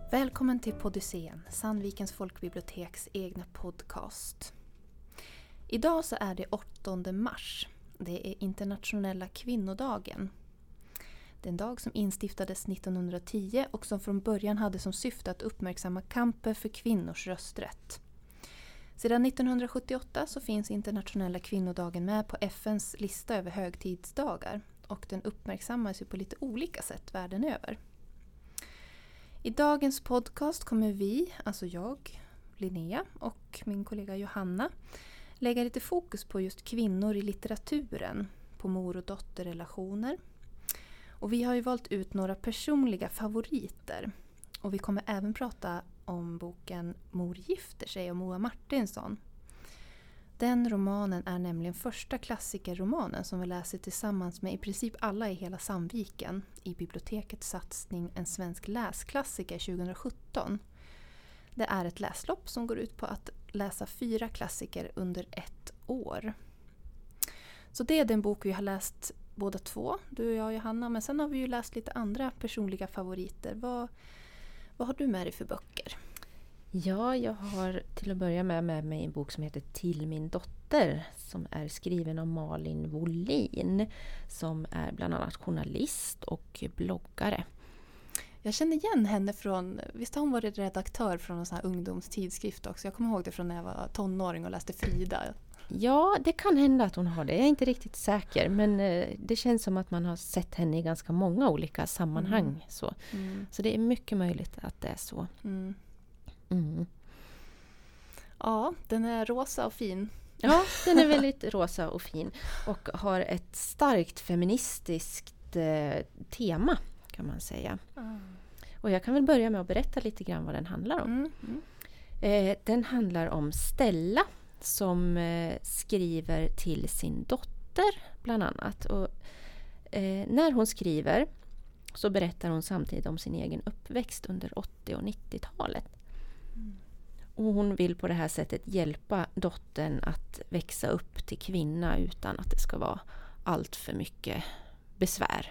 Välkommen till Podyssén, Sandvikens folkbiblioteks egna podcast. Idag så är det 8 mars. Det är internationella kvinnodagen. Det är en dag som instiftades 1910 och som från början hade som syfte att uppmärksamma kampen för kvinnors rösträtt. Sedan 1978 så finns internationella kvinnodagen med på FNs lista över högtidsdagar och den uppmärksammas ju på lite olika sätt världen över. I dagens podcast kommer vi, alltså jag, Linnea och min kollega Johanna, lägga lite fokus på just kvinnor i litteraturen, på mor- och dotterrelationer. Och vi har ju valt ut några personliga favoriter. Och vi kommer även prata om boken Mor gifter sig av Moa Martinson. Den romanen är nämligen första klassikerromanen som vi läser tillsammans med i princip alla i hela Sandviken i bibliotekets satsning En svensk läsklassiker 2017. Det är ett läslopp som går ut på att läsa 4 klassiker under 1 år. Så det är den bok vi har läst båda två, du och jag och Johanna, men sen har vi ju läst lite andra personliga favoriter. Vad har du med dig för böcker? Ja, jag har till att börja med mig en bok som heter Till min dotter som är skriven av Malin Wollin som är bland annat journalist och bloggare. Jag känner igen henne från, visst har hon varit redaktör från en sån här ungdomstidskrift också. Jag kommer ihåg det från när jag var tonåring och läste Frida. Ja, det kan hända att hon har det. Jag är inte riktigt säker, men det känns som att man har sett henne i ganska många olika sammanhang. Så det är mycket möjligt att det är så. Ja, den är rosa och fin. Ja, den är väldigt rosa och fin och har ett starkt feministiskt tema kan man säga. Och jag kan väl börja med att berätta lite grann vad den handlar om. Den handlar om Stella som skriver till sin dotter bland annat. Och när hon skriver så berättar hon samtidigt om sin egen uppväxt under 80- och 90-talet. Och hon vill på det här sättet hjälpa dottern att växa upp till kvinna utan att det ska vara allt för mycket besvär.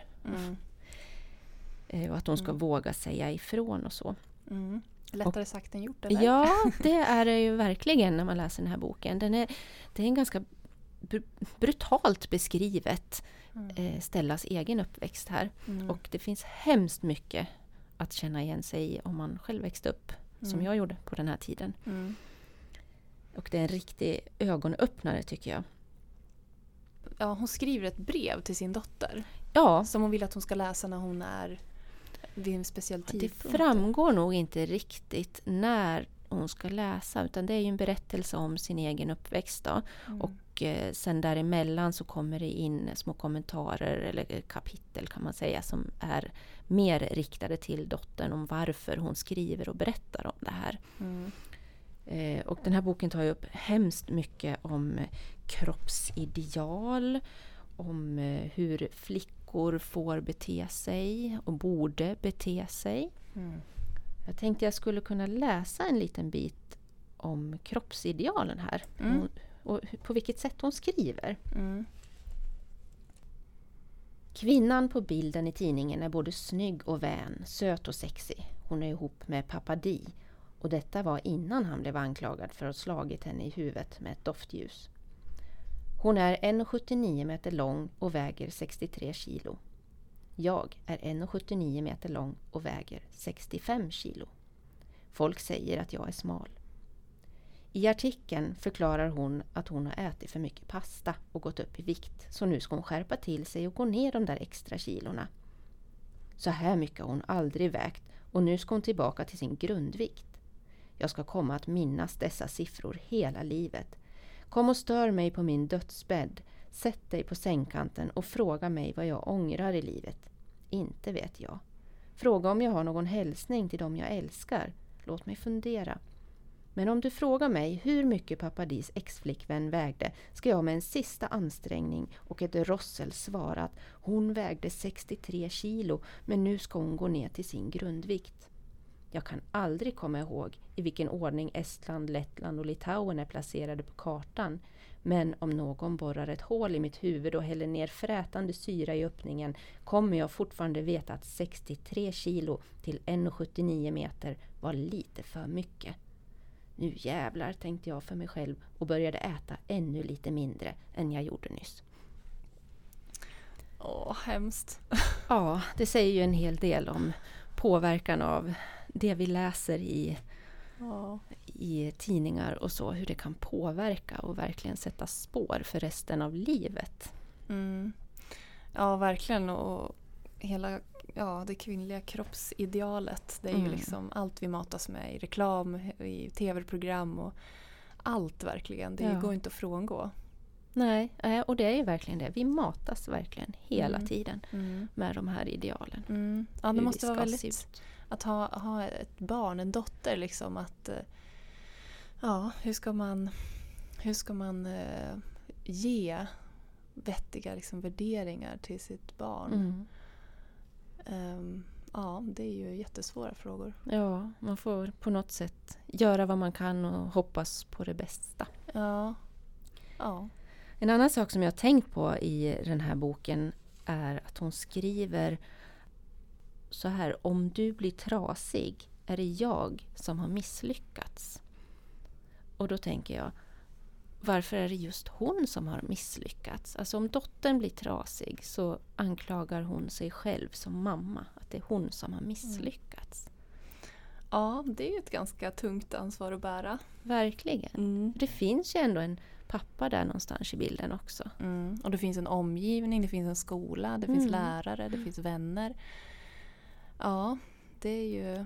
Och att hon ska våga säga ifrån och så. Lättare sagt än gjort, eller? Ja, det är det ju verkligen när man läser den här boken. Det är en ganska brutalt beskrivet Stellas egen uppväxt här. Och det finns hemskt mycket att känna igen sig i om man själv växte upp som jag gjorde på den här tiden. Och det är en riktig ögonöppnare tycker jag. Ja, hon skriver ett brev till sin dotter. Ja. Som hon vill att hon ska läsa när hon är vid en speciell tidpunkt. Det framgår nog inte riktigt när hon ska läsa, utan det är ju en berättelse om sin egen uppväxt då. Och sen däremellan så kommer det in små kommentarer eller kapitel kan man säga som är mer riktade till dottern om varför hon skriver och berättar om det här. Och den här boken tar ju upp hemskt mycket om kroppsideal, om hur flickor får bete sig och borde bete sig. Jag tänkte jag skulle kunna läsa en liten bit om kroppsidealen här. Och på vilket sätt hon skriver. Kvinnan på bilden i tidningen är både snygg och vän, söt och sexig. Hon är ihop med pappa Di. Och detta var innan han blev anklagad för att ha slagit henne i huvudet med ett doftljus. Hon är 1,79 meter lång och väger 63 kilo. Jag är 1,79 meter lång och väger 65 kilo. Folk säger att jag är smal. I artikeln förklarar hon att hon har ätit för mycket pasta och gått upp i vikt. Så nu ska hon skärpa till sig och gå ner de där extra kilorna. Så här mycket har hon aldrig vägt och nu ska hon tillbaka till sin grundvikt. Jag ska komma att minnas dessa siffror hela livet. Kom och stör mig på min dödsbädd. Sätt dig på sängkanten och fråga mig vad jag ångrar i livet. Inte vet jag. Fråga om jag har någon hälsning till dem jag älskar. Låt mig fundera. Men om du frågar mig hur mycket pappa Dis ex-flickvän vägde ska jag med en sista ansträngning och ett rossel svara att hon vägde 63 kilo men nu ska hon gå ner till sin grundvikt. Jag kan aldrig komma ihåg i vilken ordning Estland, Lettland och Litauen är placerade på kartan. Men om någon borrar ett hål i mitt huvud och häller ner frätande syra i öppningen kommer jag fortfarande veta att 63 kilo till 1,79 meter var lite för mycket. Nu jävlar, tänkte jag för mig själv och började äta ännu lite mindre än jag gjorde nyss. Hemskt. Ja, det säger ju en hel del om påverkan av det vi läser i tidningar och så. Hur det kan påverka och verkligen sätta spår för resten av livet. Mm. Ja, verkligen. Och hela det kvinnliga kroppsidealet. Det är ju liksom allt vi matas med i reklam, i tv-program och allt verkligen. Det går inte att frångå. Nej, och det är ju verkligen det. Vi matas verkligen hela tiden med de här idealen. Mm. Ja, det måste vara väldigt att ha ett barn, en dotter liksom, att hur ska man ge vettiga liksom värderingar till sitt barn. Det är ju jättesvåra frågor. Ja, man får på något sätt göra vad man kan och hoppas på det bästa. Ja. En annan sak som jag har tänkt på i den här boken är att hon skriver så här: om du blir trasig är det jag som har misslyckats. Och då tänker jag, varför är det just hon som har misslyckats? Alltså om dottern blir trasig så anklagar hon sig själv som mamma. Att det är hon som har misslyckats. Ja, det är ju ett ganska tungt ansvar att bära. Verkligen. Det finns ju ändå en pappa där någonstans i bilden också. Och det finns en omgivning, det finns en skola, det finns lärare, det finns vänner. Ja, det är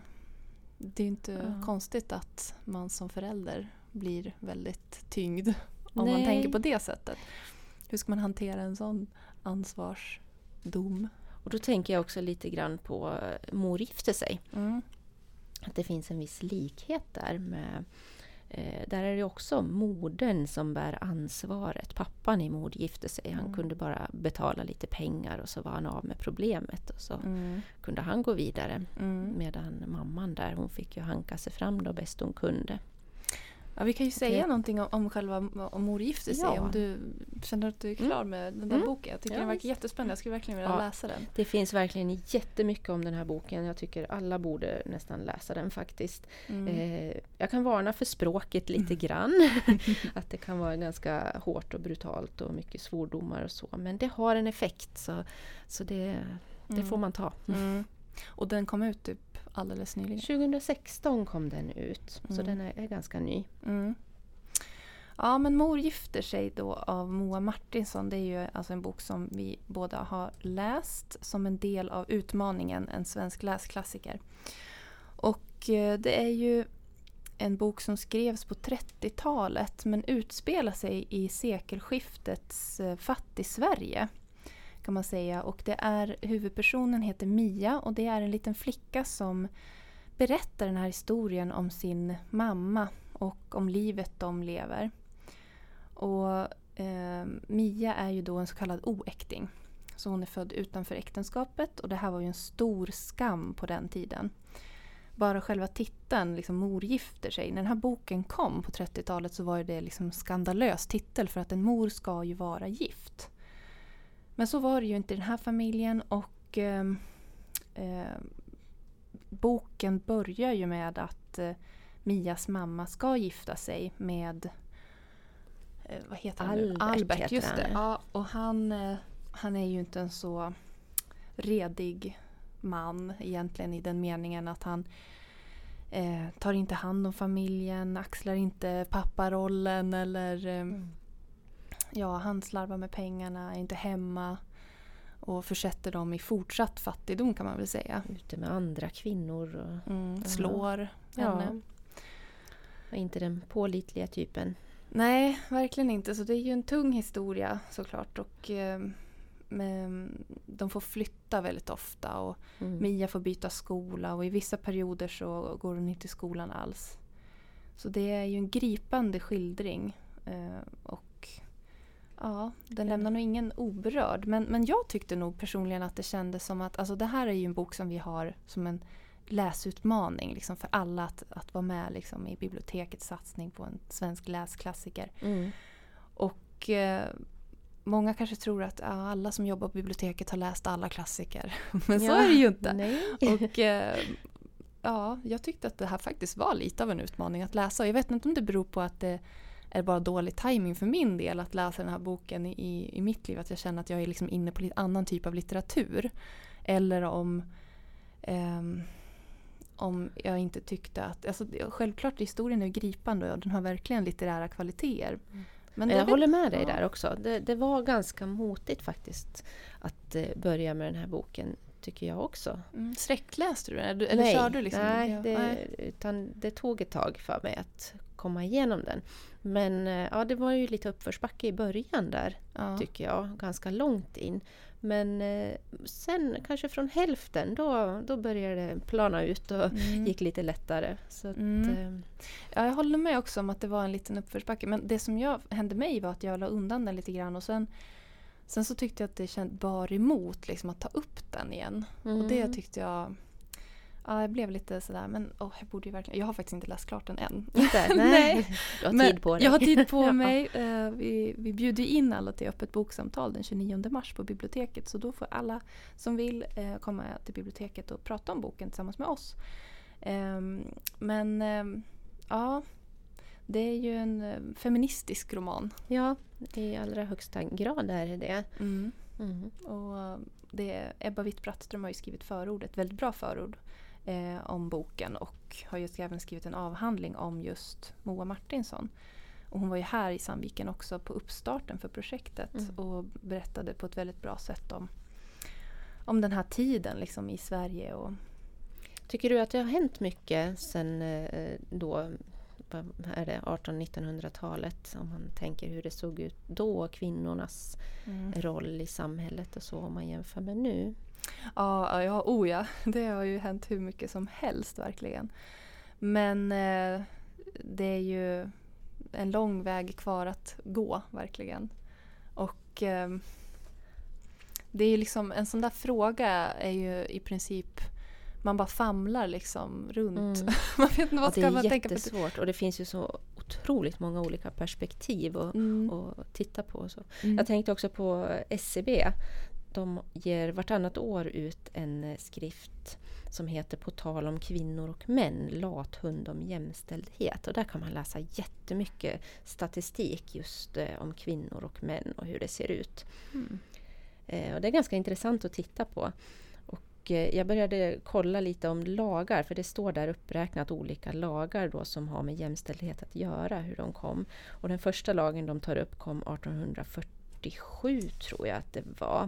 inte konstigt att man som förälder blir väldigt tyngd om man tänker på det sättet. Hur ska man hantera en sån ansvarsdom? Och då tänker jag också lite grann på Mor gifter sig. Att det finns en viss likhet där med... där är det också modern som bär ansvaret. Pappan i Mor gifte sig. Han kunde bara betala lite pengar och så var han av med problemet. Och så kunde han gå vidare. Medan mamman där, hon fick ju hanka sig fram då bäst hon kunde. Ja, vi kan ju säga någonting om Mor gifte sig. Om du känner att du är klar med den där boken. Jag tycker den verkar jättespännande. Jag skulle verkligen vilja läsa den. Det finns verkligen jättemycket om den här boken. Jag tycker alla borde nästan läsa den faktiskt. Jag kan varna för språket lite grann. Att det kan vara ganska hårt och brutalt och mycket svordomar och så. Men det har en effekt. Så det får man ta. Och den kom ut typ alldeles nyligen. 2016 kom den ut. Så den är ganska ny. Ja, men Mor gifter sig då av Moa Martinsson. Det är ju alltså en bok som vi båda har läst som en del av utmaningen En svensk läsklassiker. Och det är ju en bok som skrevs på 30-talet men utspelar sig i sekelskiftets fattig-Sverige kan man säga. Och huvudpersonen heter Mia och det är en liten flicka som berättar den här historien om sin mamma och om livet de lever. Och Mia är ju då en så kallad oäkting. Så hon är född utanför äktenskapet och det här var ju en stor skam på den tiden. Bara själva titeln, liksom Mor gifter sig. När den här boken kom på 30-talet så var det liksom en skandalös titel för att en mor ska ju vara gift. Men så var det ju inte i den här familjen och boken börjar ju med att Mias mamma ska gifta sig med vad heter han? Albert, just det. Ja, och han är ju inte en så redig man egentligen i den meningen att han tar inte hand om familjen, axlar inte papparollen eller han slarvar med pengarna, är inte hemma och försätter dem i fortsatt fattigdom kan man väl säga. Ute med andra kvinnor och slår henne. Och inte den pålitliga typen. Nej, verkligen inte. Så det är ju en tung historia såklart och de får flytta väldigt ofta och Mia får byta skola och i vissa perioder så går hon inte i skolan alls. Så det är ju en gripande skildring och den lämnar nog ingen oberörd. Men jag tyckte nog personligen att det kändes som att alltså det här är ju en bok som vi har som en läsutmaning liksom för alla att vara med liksom, i bibliotekets satsning på en svensk läsklassiker. Och Och många kanske tror att alla som jobbar på biblioteket har läst alla klassiker. Men så är det ju inte. Nej. Och jag tyckte att det här faktiskt var lite av en utmaning att läsa. Och jag vet inte om det beror på att det är bara dålig timing för min del att läsa den här boken i mitt liv. Att jag känner att jag är liksom inne på lite annan typ av litteratur. Eller om jag inte tyckte att... Alltså, självklart historien är gripande och den har verkligen litterära kvaliteter. Men jag håller med dig där också. Det var ganska motigt faktiskt att börja med den här boken, tycker jag också. Sträckläste du den? Eller körde du liksom? Nej, utan det tog ett tag för mig att komma igenom den. Men det var ju lite uppförsbacke i början där, tycker jag. Ganska långt in. Men sen kanske från hälften då började det plana ut och gick lite lättare. Så att, jag håller med också om att det var en liten uppförsbacke. Men det som hände mig var att jag la undan den lite grann. Och sen så tyckte jag att det kändes bara emot liksom, att ta upp den igen. Och det tyckte jag... Ja, jag blev lite sådär, men jag borde ju verkligen... Jag har faktiskt inte läst klart den än. Nej. Du har tid på dig. Jag har tid på mig. Vi bjuder in alla till öppet boksamtal den 29 mars på biblioteket. Så då får alla som vill komma till biblioteket och prata om boken tillsammans med oss. Det är ju en feministisk roman. Ja, i allra högsta grad är det. Och Ebba Witt-Brattström har ju skrivit förord, ett väldigt bra förord om boken och har just även skrivit en avhandling om just Moa Martinsson. Och hon var ju här i Sandviken också på uppstarten för projektet och berättade på ett väldigt bra sätt om den här tiden liksom i Sverige. Tycker du att det har hänt mycket sen då, vad är det, 1800-1900-talet, om man tänker hur det såg ut då, kvinnornas roll i samhället och så, om man jämför med nu? Ja. Det har ju hänt hur mycket som helst verkligen. Men det är ju en lång väg kvar att gå verkligen. Och det är ju liksom en sån där fråga är ju i princip man bara famlar liksom runt. Man vet inte vad ska man tänka på. Det är jättesvårt och det finns ju så otroligt många olika perspektiv att titta på. Så. Jag tänkte också på SCB. De ger vartannat år ut en skrift som heter På tal om kvinnor och män, lathund om jämställdhet. Och där kan man läsa jättemycket statistik just om kvinnor och män och hur det ser ut. Och det är ganska intressant att titta på. Och jag började kolla lite om lagar, för det står där uppräknat olika lagar då som har med jämställdhet att göra, hur de kom. Och den första lagen de tar upp kom 1847 tror jag att det var.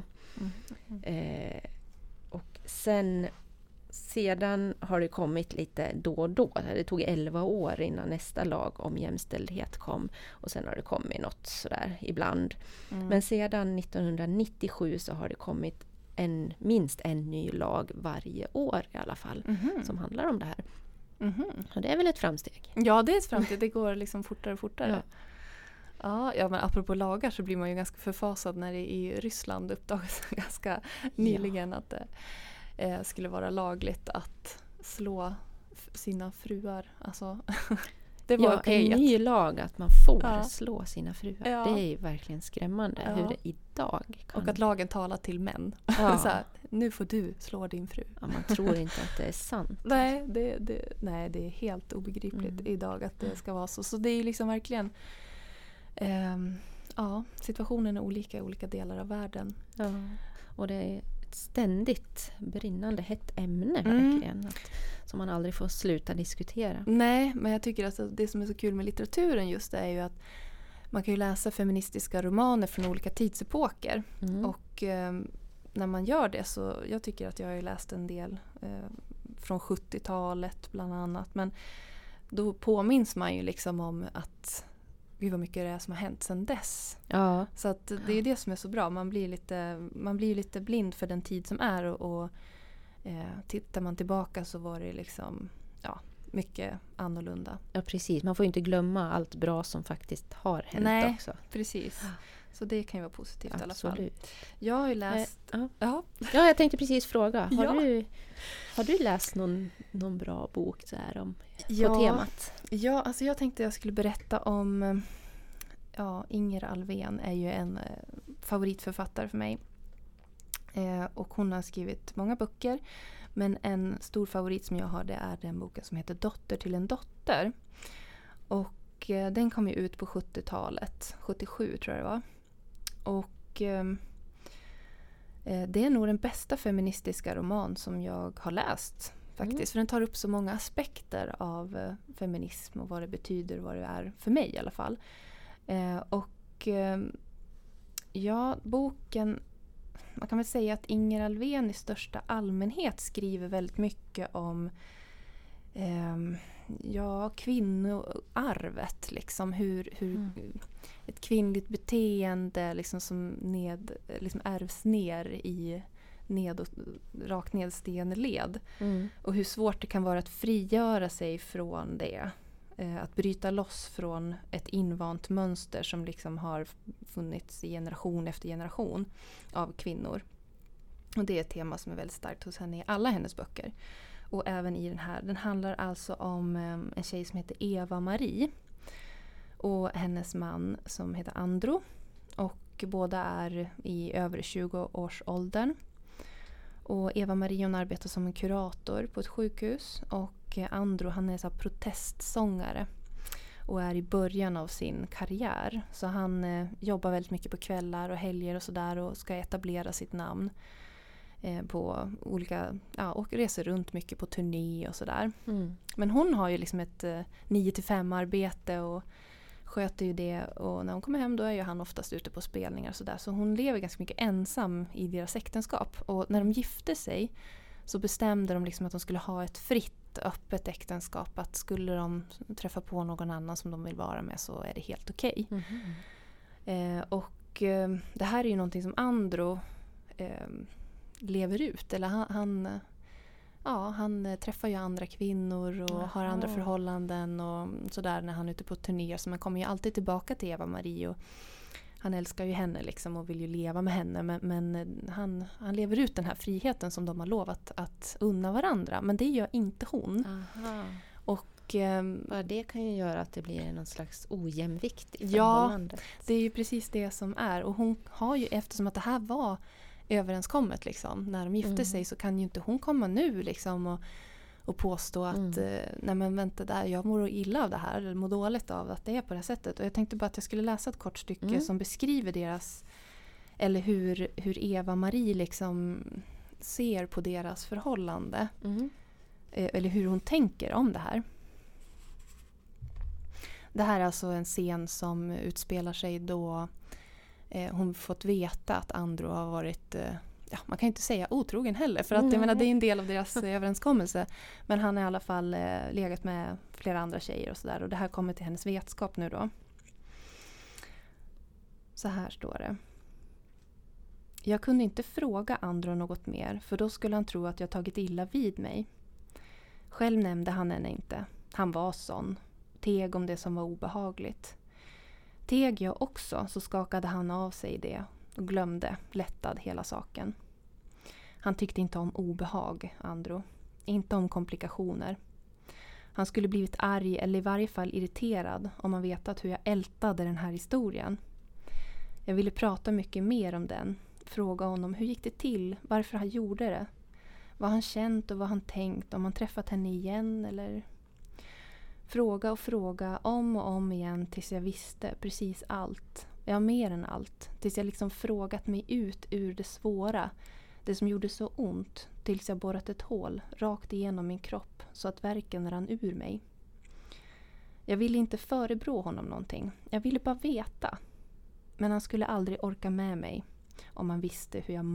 Och sedan har det kommit lite då och då. Det tog 11 år innan nästa lag om jämställdhet kom. Och sen har det kommit något sådär ibland. Men sedan 1997 så har det kommit minst en ny lag varje år i alla fall. Som handlar om det här. Och det är väl ett framsteg? Ja, det är ett framsteg. Det går liksom fortare och fortare. Ja, men apropå lagar så blir man ju ganska förfasad när det i Ryssland uppdagas ganska nyligen att det skulle vara lagligt att slå sina fruar. Alltså, det var okej. En ny lag att man får slå sina fruar. Ja. Det är ju verkligen skrämmande hur det idag kan... Och att lagen talar till män. Så här, nu får du slå din fru. Ja, man tror inte att det är sant. Nej, det är helt obegripligt idag att det ska vara så. Så det är liksom verkligen... situationen är olika i olika delar av världen. Ja, och det är ett ständigt brinnande hett ämne verkligen. Som man aldrig får sluta diskutera. Nej, men jag tycker att det som är så kul med litteraturen just är ju att man kan ju läsa feministiska romaner från olika tidsepoker. Och när man gör det så, jag tycker att jag har ju läst en del från 70-talet bland annat. Men då påminns man ju liksom om att gud vad mycket det är som har hänt sedan dess. Ja. Så att det är det som är så bra. Man blir lite blind för den tid som är och tittar man tillbaka så var det liksom mycket annorlunda. Ja, precis. Man får ju inte glömma allt bra som faktiskt har hänt också. Nej, precis. Så det kan ju vara positivt i alla fall. Absolut. Jag har ju läst... Ja, jag tänkte precis fråga. Har du läst någon bra bok så här på temat? Ja, alltså jag tänkte jag skulle berätta om Inger Alvén är ju en favoritförfattare för mig. Och hon har skrivit många böcker. Men en stor favorit som jag har, det är den boken som heter Dotter till en dotter. Och den kom ju ut på 70-talet. 77 tror jag det var. Och det är nog den bästa feministiska roman som jag har läst faktiskt. För den tar upp så många aspekter av feminism och vad det betyder, vad det är för mig i alla fall. Boken, man kan väl säga att Inger Alvén i största allmänhet skriver väldigt mycket om kvinnoarvet, liksom hur ett kvinnligt beteende liksom som ärvs ner i rakt nedstigande led. Och hur svårt det kan vara att frigöra sig från det. Att bryta loss från ett invant mönster som liksom har funnits i generation efter generation av kvinnor. Och det är ett tema som är väldigt starkt hos henne i alla hennes böcker. Och även i den här. Den handlar alltså om en tjej som heter Eva-Marie. Och hennes man som heter Andro. Och båda är i över 20-årsåldern. Och Eva-Marie, hon arbetar som en kurator på ett sjukhus. Och Andro, han är så här protestsångare. Och är i början av sin karriär. Så han jobbar väldigt mycket på kvällar och helger och sådär. Och ska etablera sitt namn på olika, och reser runt mycket på turné och sådär. Men hon har ju liksom ett 9-5 arbete och sköter ju det. Och när hon kommer hem då är ju han oftast ute på spelningar och sådär. Så hon lever ganska mycket ensam i deras äktenskap. Och när de gifte sig så bestämde de liksom att de skulle ha ett fritt, öppet äktenskap. Att skulle de träffa på någon annan som de vill vara med så är det helt okej. Och det här är ju någonting som Andro lever ut. Eller han träffar ju andra kvinnor och har andra förhållanden och sådär när han är ute på turnéer. Så man kommer ju alltid tillbaka till Eva-Marie och han älskar ju henne liksom och vill ju leva med henne. Men han lever ut den här friheten som de har lovat att unna varandra. Men det gör inte hon. Och det kan ju göra att det blir någon slags ojämvikt i förhållandet. Ja, det är ju precis det som är. Och hon har ju, eftersom att det här var överenskommet liksom, när de gifte sig, så kan ju inte hon komma nu liksom och påstå att nej men vänta där, jag mår illa av det här eller mår dåligt av att det är på det här sättet. Och jag tänkte bara att jag skulle läsa ett kort stycke som beskriver deras, eller hur Eva-Marie liksom ser på deras förhållande. Eller hur hon tänker om det här. Det här är alltså en scen som utspelar sig då hon fått veta att Andro har varit, man kan ju inte säga otrogen heller, för att jag menar, det är en del av deras överenskommelse. Men han har i alla fall legat med flera andra tjejer och sådär. Och det här kommer till hennes vetskap nu då. Så här står det. Jag kunde inte fråga Andro något mer, för då skulle han tro att jag tagit illa vid mig. Själv nämnde han henne inte. Han var sån. Teg om det som var obehagligt. Teg jag också, så skakade han av sig det och glömde, lättad, hela saken. Han tyckte inte om obehag, Andro. Inte om komplikationer. Han skulle blivit arg eller i varje fall irriterad om han vetat hur jag ältade den här historien. Jag ville prata mycket mer om den. Fråga honom hur gick det till, varför han gjorde det. Vad han känt och vad han tänkt, om han träffat henne igen eller... Fråga och fråga om och om igen tills jag visste precis allt. Ja, mer än allt. Tills jag liksom frågat mig ut ur det svåra. Det som gjorde så ont. Tills jag borrat ett hål rakt igenom min kropp så att värken rann ur mig. Jag ville inte förebrå honom någonting. Jag ville bara veta. Men han skulle aldrig orka med mig om han visste hur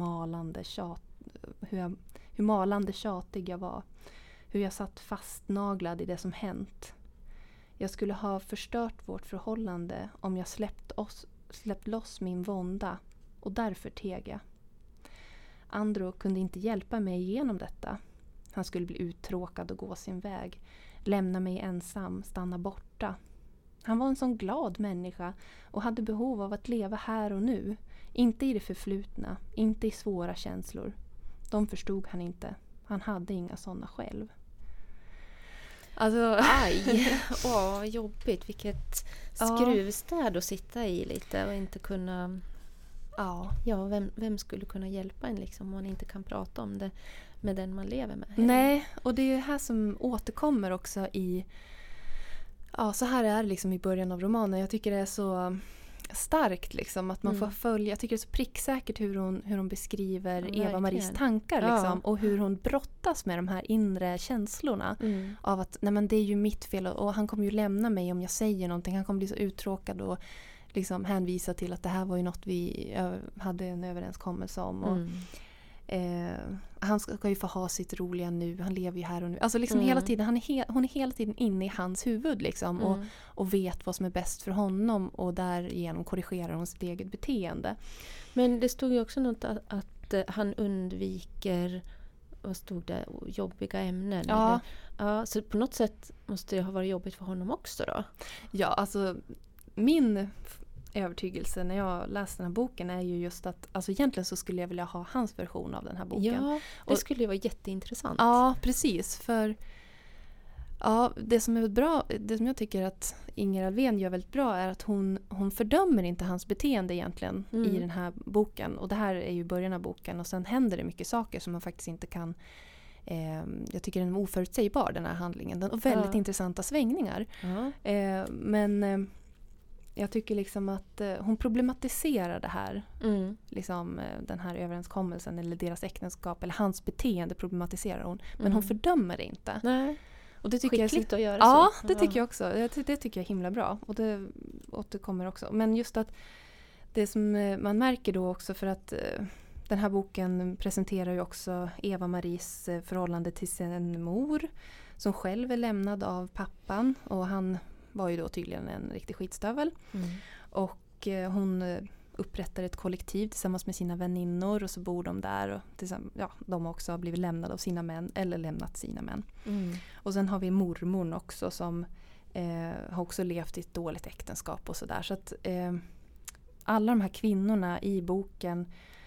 malande tjatig jag var. Hur jag satt fastnaglad i det som hänt. Jag skulle ha förstört vårt förhållande om jag släppt loss min vånda och därför teg jag. Andro kunde inte hjälpa mig igenom detta. Han skulle bli uttråkad och gå sin väg. Lämna mig ensam, stanna borta. Han var en sån glad människa och hade behov av att leva här och nu. Inte i det förflutna, inte i svåra känslor. De förstod han inte. Han hade inga sådana själv. Alltså, aj, jobbigt. Vilket skruvstäd att sitta i lite och inte kunna... Ja, vem skulle kunna hjälpa en liksom, om man inte kan prata om det med den man lever med? Nej, och det är det här som återkommer också i... Ja, så här är det liksom i början av romanen. Jag tycker det är så starkt liksom, att man får följa. Jag tycker det är så pricksäkert hur hon beskriver Eva-Maries tankar liksom, och hur hon brottas med de här inre känslorna av att nej, men det är ju mitt fel och han kommer ju lämna mig om jag säger någonting. Han kommer bli så uttråkad och liksom hänvisa till att det här var ju något vi hade en överenskommelse om. Och, han ska ju få ha sitt roliga nu. Han lever ju här och nu. Alltså liksom hela tiden, hon är hela tiden inne i hans huvud liksom, och vet vad som är bäst för honom och därigenom korrigerar hon sitt eget beteende. Men det stod ju också något att han undviker, vad stod det, jobbiga ämnen. Ja. Eller? Ja, så på något sätt måste det ha varit jobbigt för honom också då? Ja, alltså min övertygelse när jag läste den här boken är ju just att alltså egentligen så skulle jag vilja ha hans version av den här boken. Ja, det skulle ju vara jätteintressant. Ja, precis. För det som är bra, det som jag tycker att Inger Alvén gör väldigt bra är att hon fördömer inte hans beteende egentligen i den här boken. Och det här är ju början av boken och sen händer det mycket saker som man faktiskt inte kan... jag tycker den är oförutsägbar, den här handlingen. Den har väldigt intressanta svängningar. Men... jag tycker liksom att hon problematiserar det här. Liksom, den här överenskommelsen eller deras äktenskap eller hans beteende problematiserar hon. Men hon fördömer det inte. Nej. Och det tycker skickligt jag, att göra ja, så. Det tycker jag också. Det tycker jag är himla bra. Och det återkommer också. Men just att det som man märker då också för att den här boken presenterar ju också Eva-Maries förhållande till sin mor som själv är lämnad av pappan och han var ju då tydligen en riktig skitstövel. Och hon upprättar ett kollektiv tillsammans med sina väninnor och så bor de där och de har också blivit lämnade av sina män eller lämnat sina män. Och sen har vi mormor också som har också levt i ett dåligt äktenskap och sådär. Så att alla de här kvinnorna i boken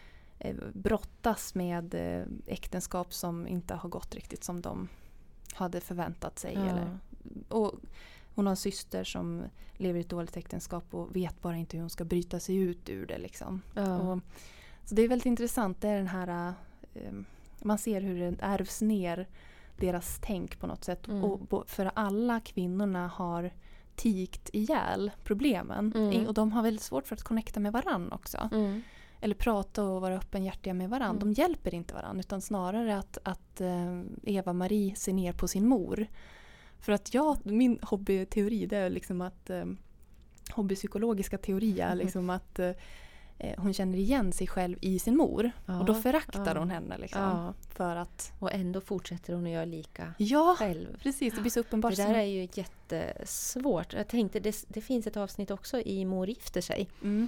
brottas med äktenskap som inte har gått riktigt som de hade förväntat sig. Och hon har en syster som lever i ett dåligt äktenskap och vet bara inte hur hon ska bryta sig ut ur det. Liksom. Så det är väldigt intressant. Det är den här, man ser hur det ärvs ner deras tänk på något sätt. Och för alla kvinnorna har tigt ihjäl problemen. Och de har väldigt svårt för att connecta med varann också. Eller prata och vara öppenhjärtiga med varann. De hjälper inte varann utan snarare att Eva-Marie ser ner på sin mor. För att min hobbyteori det är liksom att hobbypsykologiska teori är liksom att hon känner igen sig själv i sin mor. Och då föraktar hon henne liksom. För att... Och ändå fortsätter hon att göra lika själv. Precis. Det blir så uppenbart. Det där är ju jättesvårt. Jag tänkte, det finns ett avsnitt också i Mor gifter sig.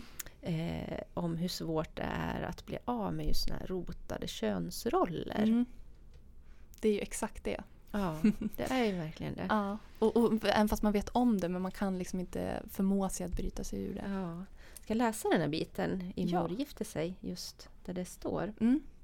Om hur svårt det är att bli av med just såna här rotade könsroller. Det är ju exakt det. Ja, det är ju verkligen det. Ja, och även fast man vet om det men man kan liksom inte förmå sig att bryta sig ur det. Ja. Ska jag läsa den här biten i Mor gifter sig just där det står?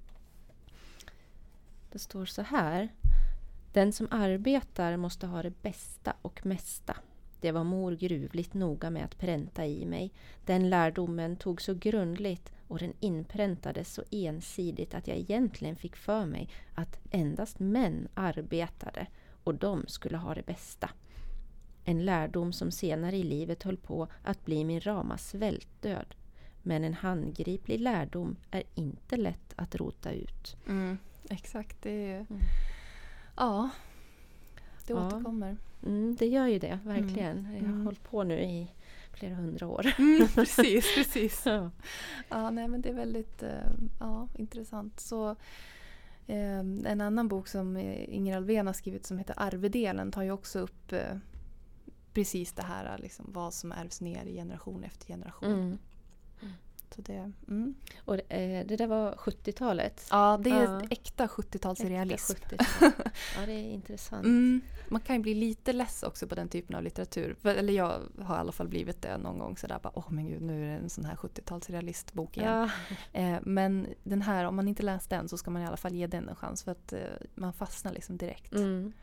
Det står så här. Den som arbetar måste ha det bästa och mesta. Det var mor gruvligt noga med att pränta i mig. Den lärdomen tog så grundligt och den inpräntades så ensidigt att jag egentligen fick för mig att endast män arbetade och de skulle ha det bästa. En lärdom som senare i livet höll på att bli min rama svältdöd. Men en handgriplig lärdom är inte lätt att rota ut. Exakt, det är ja, det återkommer. Det gör ju det, verkligen. Jag har hållit på nu i flera 100 år. Precis. Ja, nej, men det är väldigt intressant. Så en annan bok som Inger Alvén har skrivit som heter Arvedelen tar ju också upp precis det här, liksom, vad som ärvs ner i generation efter generation. Så det, Och det där var 70-talet? Ja, det är äkta 70-talsrealism. Ja, det är intressant. Man kan ju bli lite less också på den typen av litteratur. Eller jag har i alla fall blivit det någon gång sådär. Men gud, nu är det en sån här 70-talsrealistbok igen. Men den här, om man inte läst den så ska man i alla fall ge den en chans. För att man fastnar liksom direkt.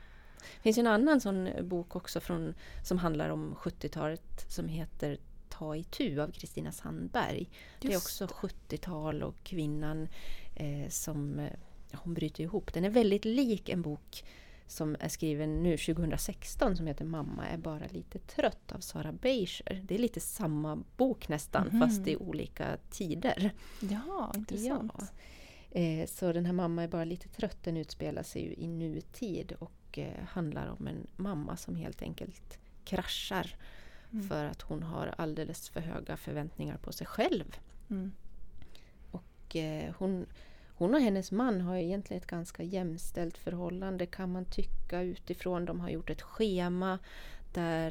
Det finns en annan sån bok också som handlar om 70-talet som heter Ta itu av Kristina Sandberg. Det är också 70-tal och kvinnan som hon bryter ihop. Den är väldigt lik en bok som är skriven nu 2016 som heter Mamma är bara lite trött av Sara Beischer. Det är lite samma bok nästan fast i olika tider. Ja, intressant. Ja. Så den här Mamma är bara lite trött, den utspelar sig ju i nutid och handlar om en mamma som helt enkelt kraschar för att hon har alldeles för höga förväntningar på sig själv. Och hon och hennes man har egentligen ett ganska jämställt förhållande kan man tycka utifrån. De har gjort ett schema där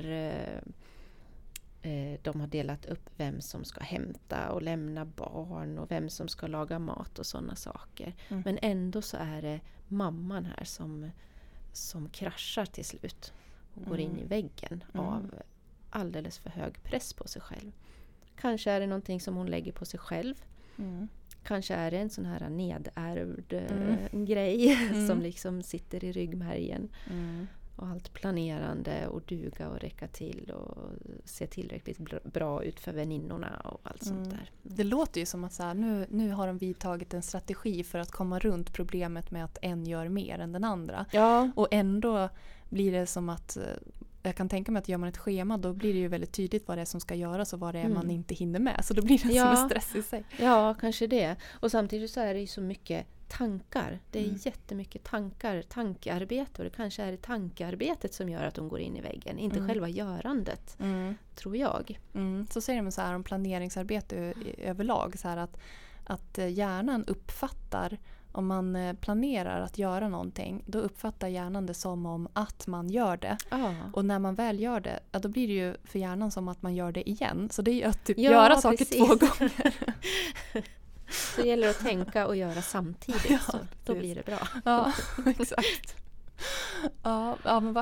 de har delat upp vem som ska hämta och lämna barn och vem som ska laga mat och sådana saker. Men ändå så är det mamman här som kraschar till slut och går in i väggen av alldeles för hög press på sig själv. Kanske är det någonting som hon lägger på sig själv. Kanske är det en sån här nedärvd grej som liksom sitter i ryggmärgen. Och allt planerande och duga och räcka till och se tillräckligt bra ut för väninnorna och allt sånt där. Det låter ju som att så här, nu har de vidtagit en strategi för att komma runt problemet med att en gör mer än den andra. Ja. Och ändå blir det som att jag kan tänka mig att gör man ett schema då blir det ju väldigt tydligt vad det är som ska göras och vad det är man inte hinner med. Så då blir det som en stress i sig. Ja, kanske det. Och samtidigt så är det ju så mycket tankar. Det är jättemycket tankearbete och det kanske är det tankearbetet som gör att de går in i väggen. Inte själva görandet, tror jag. Så säger de så här om planeringsarbete överlag. Så här att hjärnan uppfattar, om man planerar att göra någonting, då uppfattar hjärnan det som om att man gör det. Och när man väl gör det, då blir det ju för hjärnan som att man gör det igen. Så det är ju att typ göra saker 2 gånger. Så det gäller att tänka och göra samtidigt, så då blir det bra. Ja, exakt. Ja, men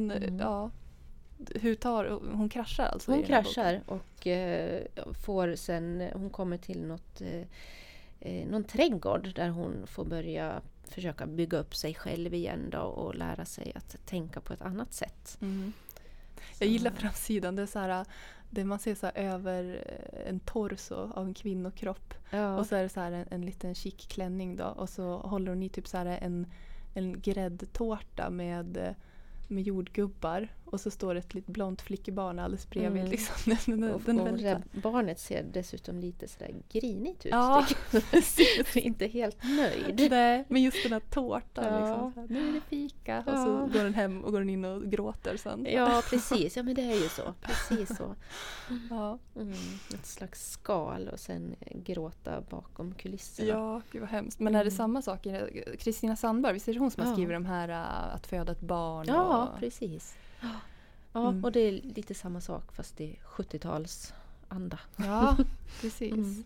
hur hon kraschar alltså? Hon kraschar och får sen, hon kommer till någon trädgård där hon får börja försöka bygga upp sig själv igen då och lära sig att tänka på ett annat sätt. Jag gillar framsidan, det är så här, det man ser så här över en torso av en kvinnokropp. Och så är det så här en liten chic klänning då, och så håller hon i typ så här en gräddtårta med jordgubbar, och så står ett litet blont flickebarn alldeles bredvid. Liksom. Barnet ser dessutom lite sådär grinigt ut. Ja, inte helt nöjd. Nej, men just den här tårtan. Liksom, så här, nu är det fika. Och så går den hem och går in och gråter sen. Ja, precis. Ja, men det är ju så. Precis så. Ett slags skal och sen gråta bakom kulisserna. Ja, det var hemskt. Men är det samma sak? Kristina Sandberg, visst är det hon som har skrivit de här att föda ett barn? Ja, precis. Ja, och det är lite samma sak fast i 70-tals anda. Ja, precis.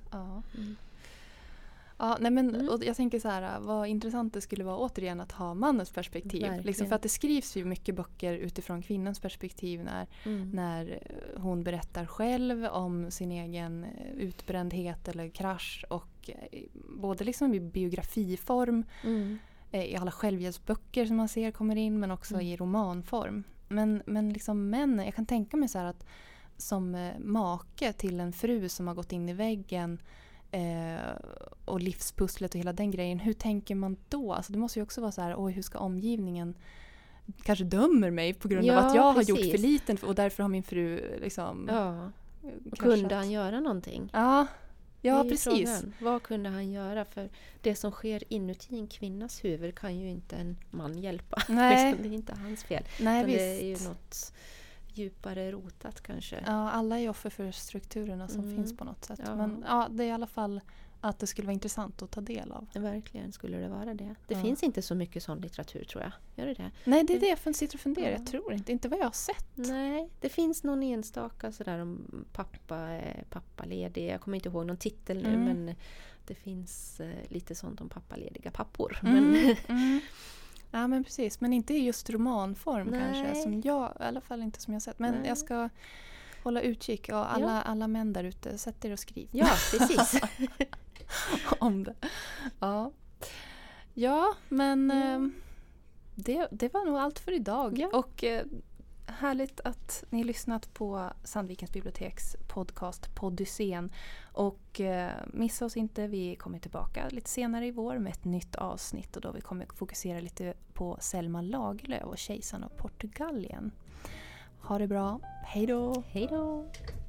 Ja, nej men, och jag tänker så här, vad intressant det skulle vara återigen att ha mannens perspektiv. Liksom, för att det skrivs ju mycket böcker utifrån kvinnans perspektiv när hon berättar själv om sin egen utbrändhet eller krasch, och både liksom i biografiform, i alla självhjälpsböcker som man ser kommer in, men också i romanform. Men liksom män, jag kan tänka mig så här att som make till en fru som har gått in i väggen och livspusslet och hela den grejen, hur tänker man då? Alltså det måste ju också vara så här, oj, hur ska omgivningen kanske dömer mig på grund av att jag har gjort för liten och därför har min fru liksom kunde han göra någonting? Ja, precis. Frågan. Vad kunde han göra? För det som sker inuti en kvinnas huvud kan ju inte en man hjälpa. Nej. Det är inte hans fel. Nej, visst. Det är ju något djupare rotat kanske. Ja, alla är offer för strukturerna som finns på något sätt. Ja. Men det är i alla fall att det skulle vara intressant att ta del av. Verkligen skulle det vara det. Det finns inte så mycket sån litteratur, tror jag. Gör det det? Nej, det är det jag sitter och funderar. Jag tror inte vad jag har sett. Nej, det finns någon enstaka sådär om pappaledig. Jag kommer inte ihåg någon titel nu, men det finns lite sånt om pappalediga pappor. Ja, men precis. Men inte i just romanform kanske. Som jag, i alla fall inte som jag sett. Men jag ska hålla utkik. Och alla män där ute, sätt er och skriv. Ja, precis. Om det. Ja, men det var nog allt för idag. Ja. Och härligt att ni lyssnat på Sandvikens biblioteks podcast Podyssén. Och missa oss inte, vi kommer tillbaka lite senare i vår med ett nytt avsnitt. Och då vi kommer fokusera lite på Selma Lagerlöf och kejsaren av Portugalien. Ha det bra, hej då! Hej då!